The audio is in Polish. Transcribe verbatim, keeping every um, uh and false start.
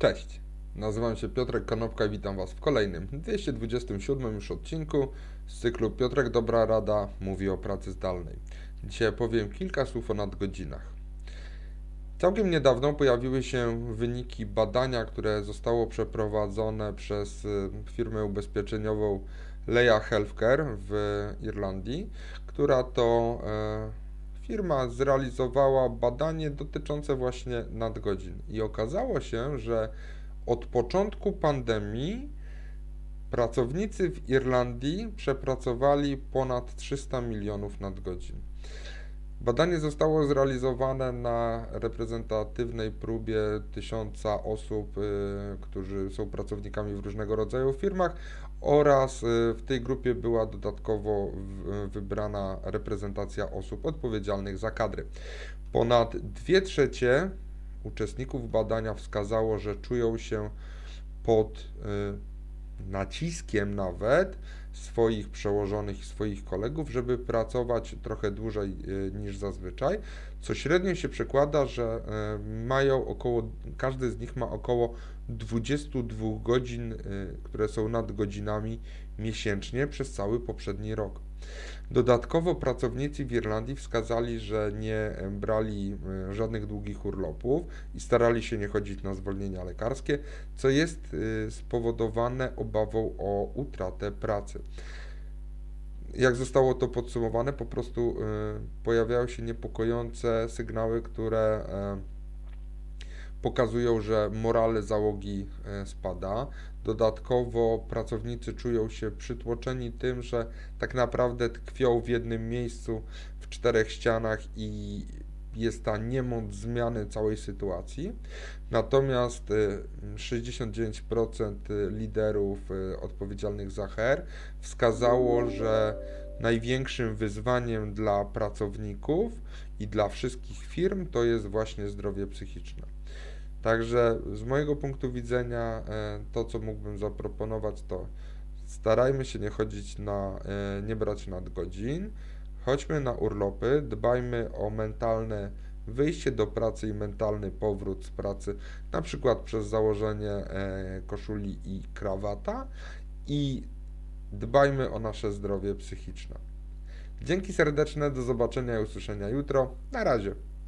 Cześć, nazywam się Piotrek Konopka i witam Was w kolejnym, dwieście dwudziestym siódmym już odcinku z cyklu Piotrek Dobra Rada mówi o pracy zdalnej. Dzisiaj powiem kilka słów o nadgodzinach. Całkiem niedawno pojawiły się wyniki badania, które zostało przeprowadzone przez firmę ubezpieczeniową Laya Healthcare w Irlandii, która to e, firma zrealizowała badanie dotyczące właśnie nadgodzin i okazało się, że od początku pandemii pracownicy w Irlandii przepracowali ponad trzysta milionów nadgodzin. Badanie zostało zrealizowane na reprezentatywnej próbie tysiąca osób, którzy są pracownikami w różnego rodzaju firmach, oraz w tej grupie była dodatkowo wybrana reprezentacja osób odpowiedzialnych za kadry. Ponad dwie trzecie uczestników badania wskazało, że czują się pod naciskiem nawet swoich przełożonych i swoich kolegów, żeby pracować trochę dłużej niż zazwyczaj, co średnio się przekłada, że mają około, każdy z nich ma około dwadzieścia dwa godzin, które są nadgodzinami miesięcznie przez cały poprzedni rok. Dodatkowo pracownicy w Irlandii wskazali, że nie brali żadnych długich urlopów i starali się nie chodzić na zwolnienia lekarskie, co jest spowodowane obawą o utratę pracy. Jak zostało to podsumowane, po prostu pojawiają się niepokojące sygnały, które pokazują, że morale załogi spada. Dodatkowo pracownicy czują się przytłoczeni tym, że tak naprawdę tkwią w jednym miejscu, w czterech ścianach i jest ta niemoc zmiany całej sytuacji. Natomiast sześćdziesiąt dziewięć procent liderów odpowiedzialnych za H R wskazało, że największym wyzwaniem dla pracowników i dla wszystkich firm to jest właśnie zdrowie psychiczne. Także z mojego punktu widzenia to, co mógłbym zaproponować, to starajmy się nie chodzić na, nie brać nadgodzin, chodźmy na urlopy, dbajmy o mentalne wyjście do pracy i mentalny powrót z pracy, na przykład przez założenie koszuli i krawata, i dbajmy o nasze zdrowie psychiczne. Dzięki serdeczne, do zobaczenia i usłyszenia jutro. Na razie.